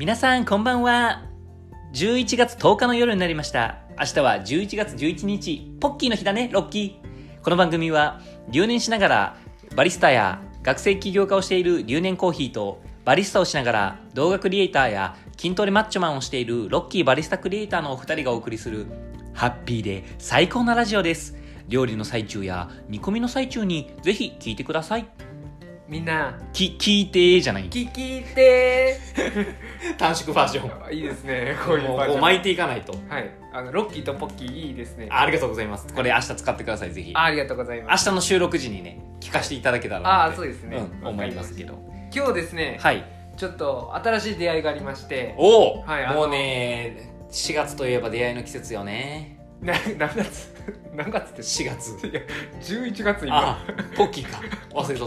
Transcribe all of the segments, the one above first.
皆さんこんばんは。11月10日の夜になりました。明日は11月11日、ポッキーの日だね、ロッキー。この番組は留年しながらバリスタや学生起業家をしている留年コーヒーと、バリスタをしながら動画クリエイターや筋トレマッチョマンをしているロッキーバリスタクリエイターのお二人がお送りするハッピーで最高なラジオです。料理の最中や煮込みの最中にぜひ聞いてください。 みんな聞いてじゃない、 聞いて短縮バージョン。 いいですね、こういうバージョン巻いていかないと。 はい、ロッキーとポッキーいいですね。 ありがとうございます。これ明日使ってください、ぜひ。 ありがとうございます。 明日の収録時にね、聞かせていただけたらなってそうですね、 思いますけど。 今日ですね、 はい、 ちょっと新しい出会いがありまして。 おお、 はい、 もうね、4月といえば出会いの季節よね。 何月って 4月。 いや、11月今。 ポッキーか。忘れとった。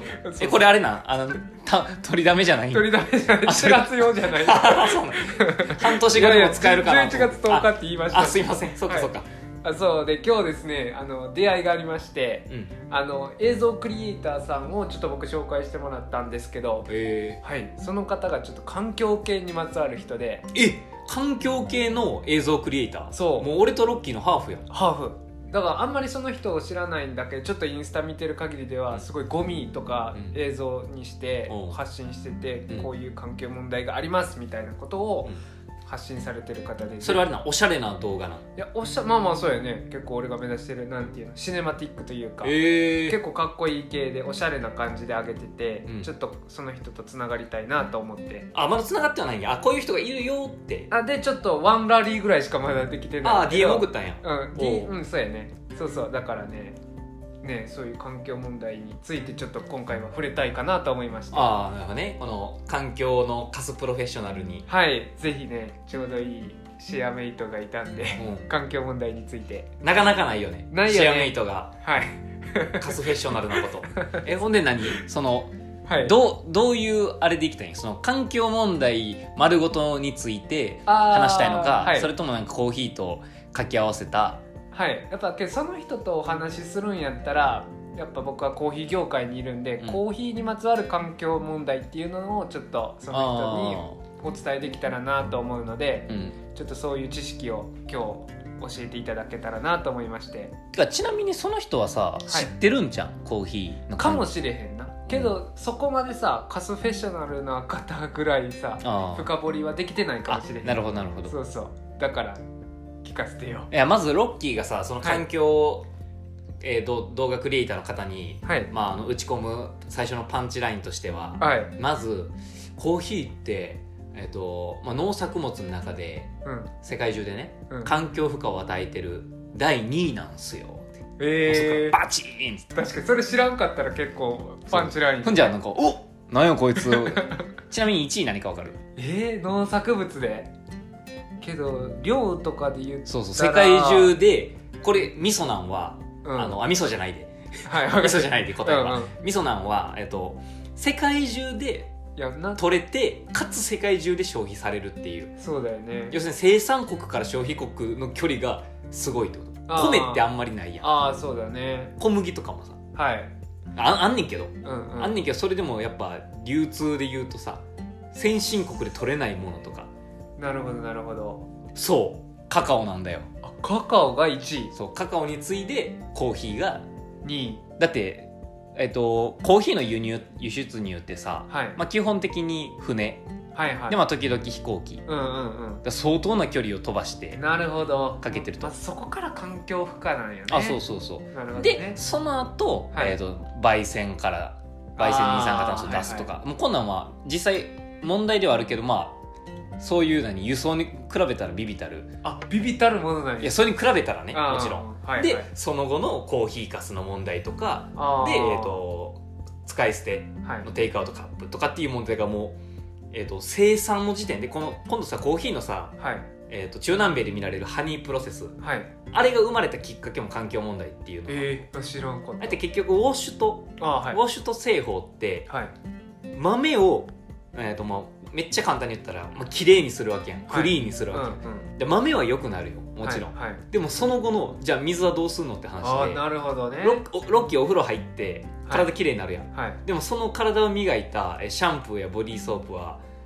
これあれな、取りだめじゃない？ 取りだめじゃない。4月用じゃない。 そうなん半年後にも使えるかな。 11月10日って言いました。 すいません。そっかそっか。 そうで、今日ですね、出会いがありまして、映像クリエイターさんをちょっと僕紹介してもらったんですけど、はい、その方がちょっと環境系にまつわる人で。 環境系の映像クリエイター。 そう、 もう俺とロッキーのハーフやん。 ハーフだからあんまりその人を知らないんだけど、ちょっとインスタ見てる限りではすごいゴミとか映像にして発信してて、こういう環境問題がありますみたいなことを発信されてる方で、 それはあれな、おしゃれな動画な。いや、まあそうやね。結構俺が目指してる、なんていうの、シネマティックというか、結構かっこいい系でおしゃれな感じで上げてて、ちょっとその人とつながりたいなと思って。 まだつながってはないんや。こういう人がいるよって。 でちょっとワンラリーぐらいしかまだできてないけど。 DM 送ったんや。 そうやね。そうだからね、そういう環境問題についてちょっと今回は触れたいかなと思いました。 なんかね、この環境のカスプロフェッショナルに、 はい、ぜひね、ちょうどいいシェアメイトがいたんで、環境問題についてなかなかないよね。シェアメイトがカスフェッショナルなこと。ほんで何その、どういうあれでいきたいん？その環境問題丸ごとについて話したいのか、それともなんかコーヒーと掛け合わせた。 やっぱその人とお話しするんやったら、やっぱ僕はコーヒー業界にいるんで、コーヒーにまつわる環境問題っていうのをちょっとその人にお伝えできたらなと思うので、ちょっとそういう知識を今日教えていただけたらなと思いまして。 ちなみにその人はさ、知ってるんじゃん、コーヒーのかもしれへんなけど、そこまでさカスフェッショナルな方ぐらいさ深掘りはできてないかもしれへん。 なるほどなるほど。 そうだから聞かせてよ。 いや、まずロッキーがさ、その環境、動画クリエイターの方に、打ち込む最初のパンチラインとしては、まずコーヒーって、農作物の中で、世界中でね、環境負荷を与えてる第2位なんすよ。バチーンって。 確かにそれ知らんかったら結構パンチライン。 ほんじゃなんか、なんやこいつ。ちなみに1位何か分かる？ 農作物でけど量とかで言ったら、 そう世界中でこれ味噌なんは、味噌じゃないで、味噌じゃないで答えは、味噌なんは世界中で取れて、かつ世界中で消費されるっていう。 そうだよね。 要するに生産国から消費国の距離がすごいってこと。米ってあんまりないやん。 そうだね。 小麦とかもさ、あんねんけど、それでもやっぱ流通で言うとさ、先進国で取れないものとか。 なるほど。 そうカカオなんだよ。 カカオが1位。 そう、カカオに次いでコーヒーが 2位だって、コーヒーの輸出入ってさ、基本的に船で、時々飛行機、相当な距離を飛ばしてかけてると。 そこから環境負荷なんよね。 そうで、その後、焙煎から二酸化炭素出すとか、もうこんなんは実際問題ではあるけど、そういう輸送に比べたらビビたるものなんや。 いや、それに比べたらね、もちろん。で、その後のコーヒーかすの問題とかで、使い捨てのテイクアウトカップとかっていう問題がもう、生産の時点で今度さ、コーヒーのさ、中南米で見られるハニープロセス、あれが生まれたきっかけも環境問題っていうのが、 知らんかった。 あれって結局ウォッシュと製法って、豆を、めっちゃ簡単に言ったら、綺麗にするわけやん、クリーンにするわけやん、で豆は良くなるよ、もちろん、でもその後のじゃあ水はどうすんのって話で。 なるほどね。 ロッキーお風呂入って体きれいになるやん、でもその体を磨いたシャンプーやボディーソープは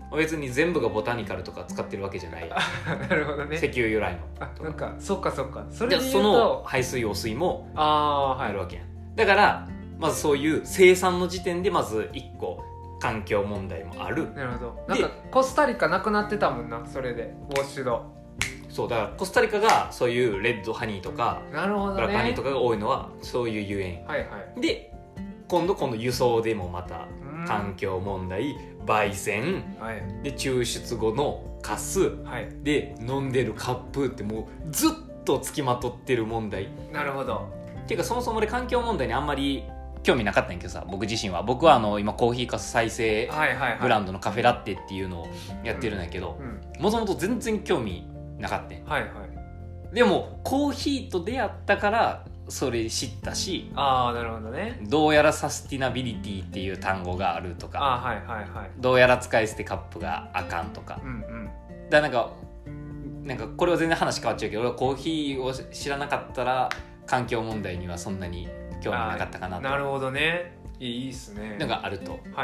別に全部がボタニカルとか使ってるわけじゃないなるほどね。 石油由来のなんかそっかそっか。それで言うそのと排水汚水もはい。 あるわけやん、だからまずそういう生産の時点でまず1個環境問題もある。 なるほど。なんかコスタリカなくなってたもんな、それでウォッシュド。 そうだからコスタリカがそういうレッドハニーとかなるほどね。 ブラックハニーとかが多いのはそういうゆえん、 はいはい。 で今度この輸送でもまた環境問題、焙煎、 はい、 で抽出後のカス、 はい、 で飲んでるカップってもうずっとつきまとってる問題。 なるほど。 っていうかそもそも俺環境問題にあんまり興味なかったんやけどさ、僕自身は今コーヒーかす再生ブランドのカフェラッテっていうのをやってるんやけど、もともと全然興味なかったん、 はいはい、 でもコーヒーと出会ったからそれ知ったし、 なるほどね。 どうやらサスティナビリティっていう単語があるとか、 はいはいはい、 どうやら使い捨てカップがあかんとか、だからなんかこれは全然話変わっちゃうけど、俺はコーヒーを知らなかったら環境問題にはそんなに興味なかったかなと。 なるほどね。いいっすね。 のがあると。 はい。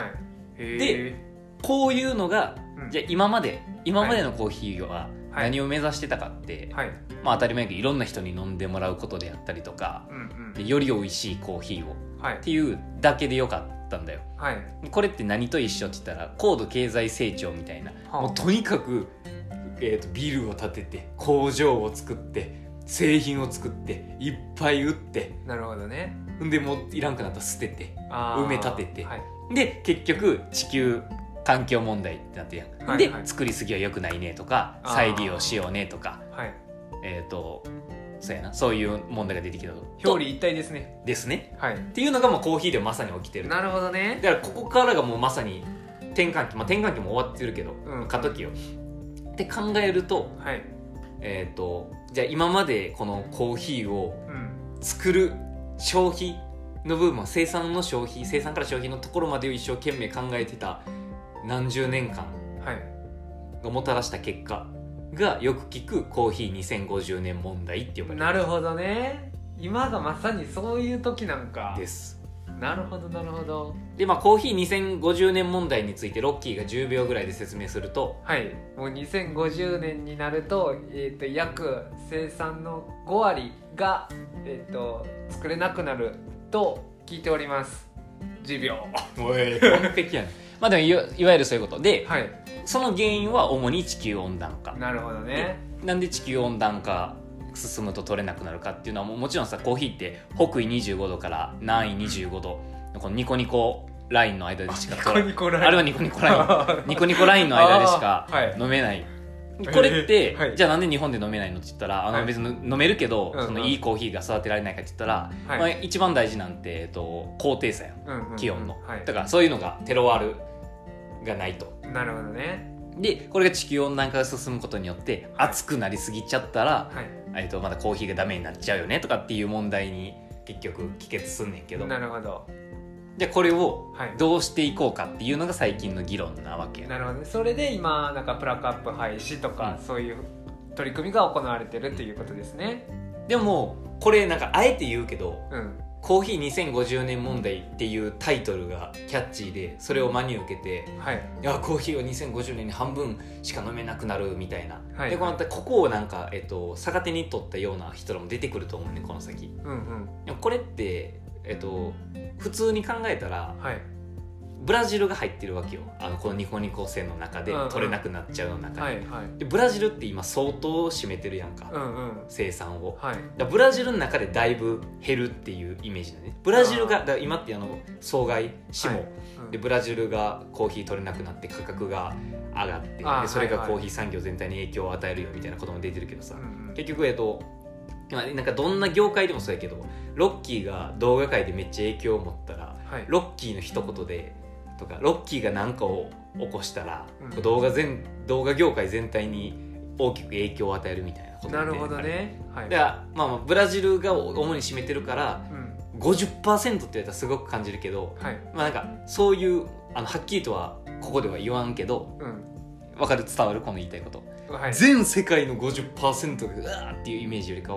でこういうのが、じゃあ今までのコーヒーは何を目指してたかって、まあ当たり前だけどいろんな人に飲んでもらうことであったりとか、でより美味しいコーヒーを、っていうだけでよかったんだよ。これって何と一緒って言ったら高度経済成長みたいな、もうとにかく、ビルを建てて工場を作って製品を作っていっぱい売って、 なるほどね。 でもういらんくなったら捨てて埋め立てて、で結局地球環境問題ってなってやん、で作りすぎは良くないねとか再利用しようねとか、そうやな、そういう問題が出てきたと。 表裏一体ですね。 ですね、っていうのがもうコーヒーでまさに起きてる。 なるほどね。 だからここからがもうまさに転換期、転換期も終わってるけど、過渡期よって考えると、じゃあ今までこのコーヒーを作る消費の部分は生産から消費のところまでを一生懸命考えてた何十年間がもたらした結果がよく聞くコーヒー2050年問題って呼ばれる。 なるほどね。今がまさにそういう時なんかです。 なるほどなるほど。 でコーヒー2050年問題についてロッキーが10秒ぐらいで説明すると、 もう2050年になると、約生産の5割が、作れなくなると聞いております。10秒おい完璧やねでもいわゆるそういうことで、その原因は主に地球温暖化。 なるほどね。 なんで地球温暖化進むと取れなくなるかっていうのはもちろんさ、コーヒーって北緯25度から南緯25度のこのニコニコラインの間でしか取れない。あれはニコニコラインニコニコラインの間でしか飲めない。これって、じゃあなんで日本で飲めないのって言ったら、別に飲めるけど、そのいいコーヒーが育てられないかって言ったら、一番大事なんて、高低差やん、気温の。だからそういうのがテロワールがないと。 なるほどね。 でこれが地球温暖化が進むことによって熱くなりすぎちゃったら、まだコーヒーがダメになっちゃうよねとかっていう問題に結局帰結すんねんけど、 なるほど。 じゃあこれをどうしていこうかっていうのが最近の議論なわけや。 なるほどね。それで今なんかプラカップ廃止とか、そういう取り組みが行われてるっていうことですね。 でもこれなんかあえて言うけど、コーヒー2050年問題っていうタイトルがキャッチーで、それを真に受けて、いやコーヒーは2050年に半分しか飲めなくなるみたいな、でここをなんか、逆手に取ったような人らも出てくると思うね、この先。でもこれって、普通に考えたら、ブラジルが入ってるわけよ、このニコニコ線の中で取れなくなっちゃうの中に、でブラジルって今相当占めてるやんか、生産を、だブラジルの中でだいぶ減るっていうイメージだね。ブラジルがだ今って草害しも、でブラジルがコーヒー取れなくなって価格が上がって、でそれがコーヒー産業全体に影響を与えるよみたいなことも出てるけどさ、結局なんかどんな業界でもそうやけど、ロッキーが動画界でめっちゃ影響を持ったら、ロッキーの一言でとかロッキーが何かを起こしたら、動画業界全体に大きく影響を与えるみたいなことで。 なるほどね。 だからブラジルが主に占めてるから、50% って言われたらすごく感じるけど、なんかそういうはっきりとはここでは言わんけど、分かる、伝わるこの言いたいこと、全世界の 50% がうわーっていうイメージよりかは、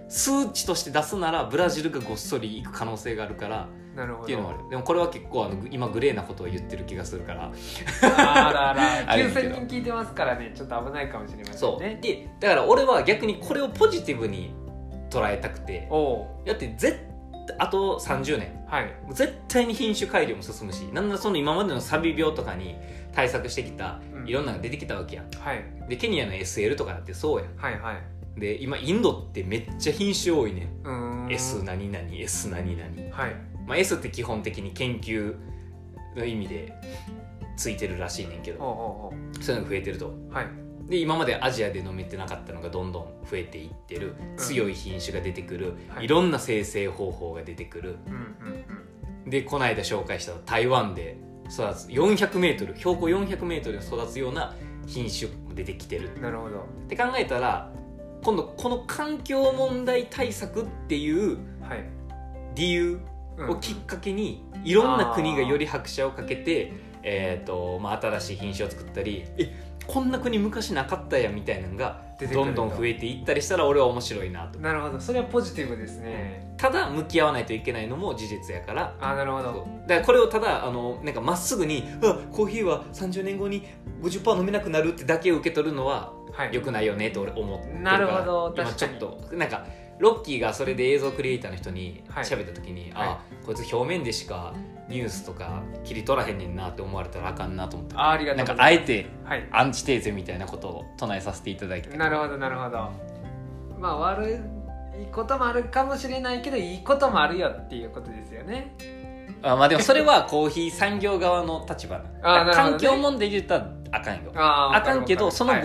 数値として出すならブラジルがごっそり行く可能性があるからなるほどっていうのもある。でもこれは結構今グレーなことを言ってる気がするからあらあるけど 9000人聞いてますからね、ちょっと危ないかもしれませんね。 そうでだから俺は逆にこれをポジティブに捉えたくて、だってあと30年、 はい、 絶対に品種改良も進むし、なんならその今までのサビ病とかに対策してきたいろんなのが出てきたわけやん、はい、でケニアの SL とかだってそうやん、はいはい、で今インドってめっちゃ品種多いねん。S 何々 S 何々、はい、まあ、S って基本的に研究の意味でついてるらしいねんけど、そういうのが増えてると、はい、で今までアジアで飲めてなかったのがどんどん増えていってる、強い品種が出てくる、いろんな生成方法が出てくる、でこの間紹介した台湾で育つ400メートル標高400メートルで育つような品種も出てきてる。なるほどって考えたら、今度この環境問題対策っていう理由をきっかけに、いろんな国がより拍車をかけて、まあ、新しい品種を作ったり、こんな国昔なかったやみたいなのがどんどん増えていったりしたら俺は面白いなと。 なるほど、それはポジティブですね。 ただ向き合わないといけないのも事実やから。 なるほど。 だからこれをただなんかまっすぐにコーヒーは30年後に 50% 飲めなくなるってだけ受け取るのは良くないよねと俺思ってるから。なるほど、確かに。今ちょっとなんかロッキーがそれで映像クリエイターの人に喋った時に、こいつ表面でしかニュースとか切り取らへんねんなって思われたらあかんなと思って、 ありがとうございます。 なんかあえてアンチテーゼみたいなことを唱えさせていただいて、 なるほどなるほど。まあ悪いこともあるかもしれないけどいいこともあるよっていうことですよね。 まあでもそれはコーヒー産業側の立場な環境問題で言ったらあかんよ。あかんけどその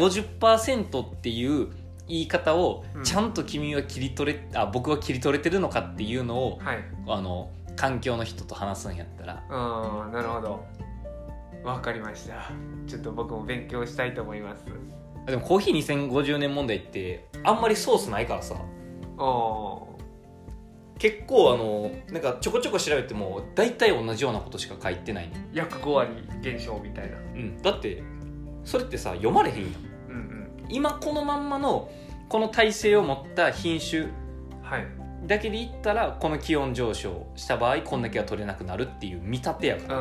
50% っていう言い方をちゃんと君は切り取れ、僕は切り取れてるのかっていうのを、環境の人と話すんやったら。 なるほど、わかりました。ちょっと僕も勉強したいと思います。 でもコーヒー2050年問題ってあんまりソースないからさ、結構なんかちょこちょこ調べても大体同じようなことしか書いてないね。 約5割減少みたいな。 だってそれってさ読まれへんやん。今このまんまのこの体勢を持った品種だけで言ったら、この気温上昇した場合こんだけは取れなくなるっていう見立てやから、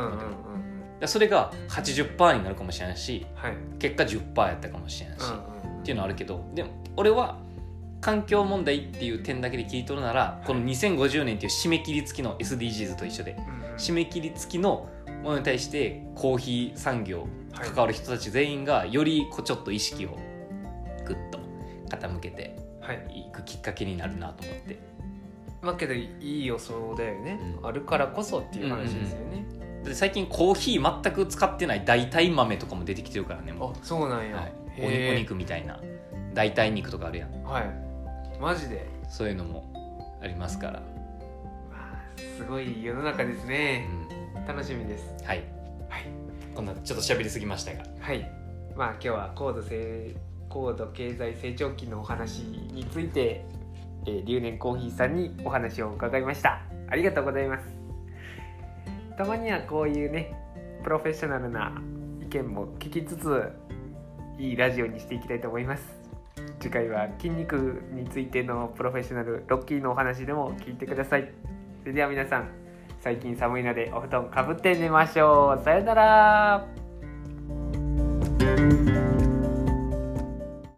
それが 80% になるかもしれないし、結果 10% やったかもしれないし、っていうのはあるけど、でも俺は環境問題っていう点だけで切り取るなら、この2050年っていう締め切り付きの SDGs と一緒で、締め切り付きのものに対してコーヒー産業関わる人たち全員がよりちょっと意識をグッと傾けていくきっかけになるなと思って。 まあけどいい予想だよね、あるからこそっていう話ですよね。 で最近コーヒー全く使ってない代替豆とかも出てきてるからね。もうそうなんや、 お肉みたいな代替肉とかあるやん。 マジでそういうのもありますから、 すごい世の中ですね、楽しみです。 はい、こんなちょっと喋りすぎましたが、 まあ今日は高度経済成長期のお話について、留年コーヒーさんにお話を伺いました。ありがとうございます。たまにはこういうねプロフェッショナルな意見も聞きつつ、いいラジオにしていきたいと思います。次回は筋肉についてのプロフェッショナルロッキーのお話でも聞いてください。それでは皆さん、最近寒いのでお布団かぶって寝ましょう。さよなら。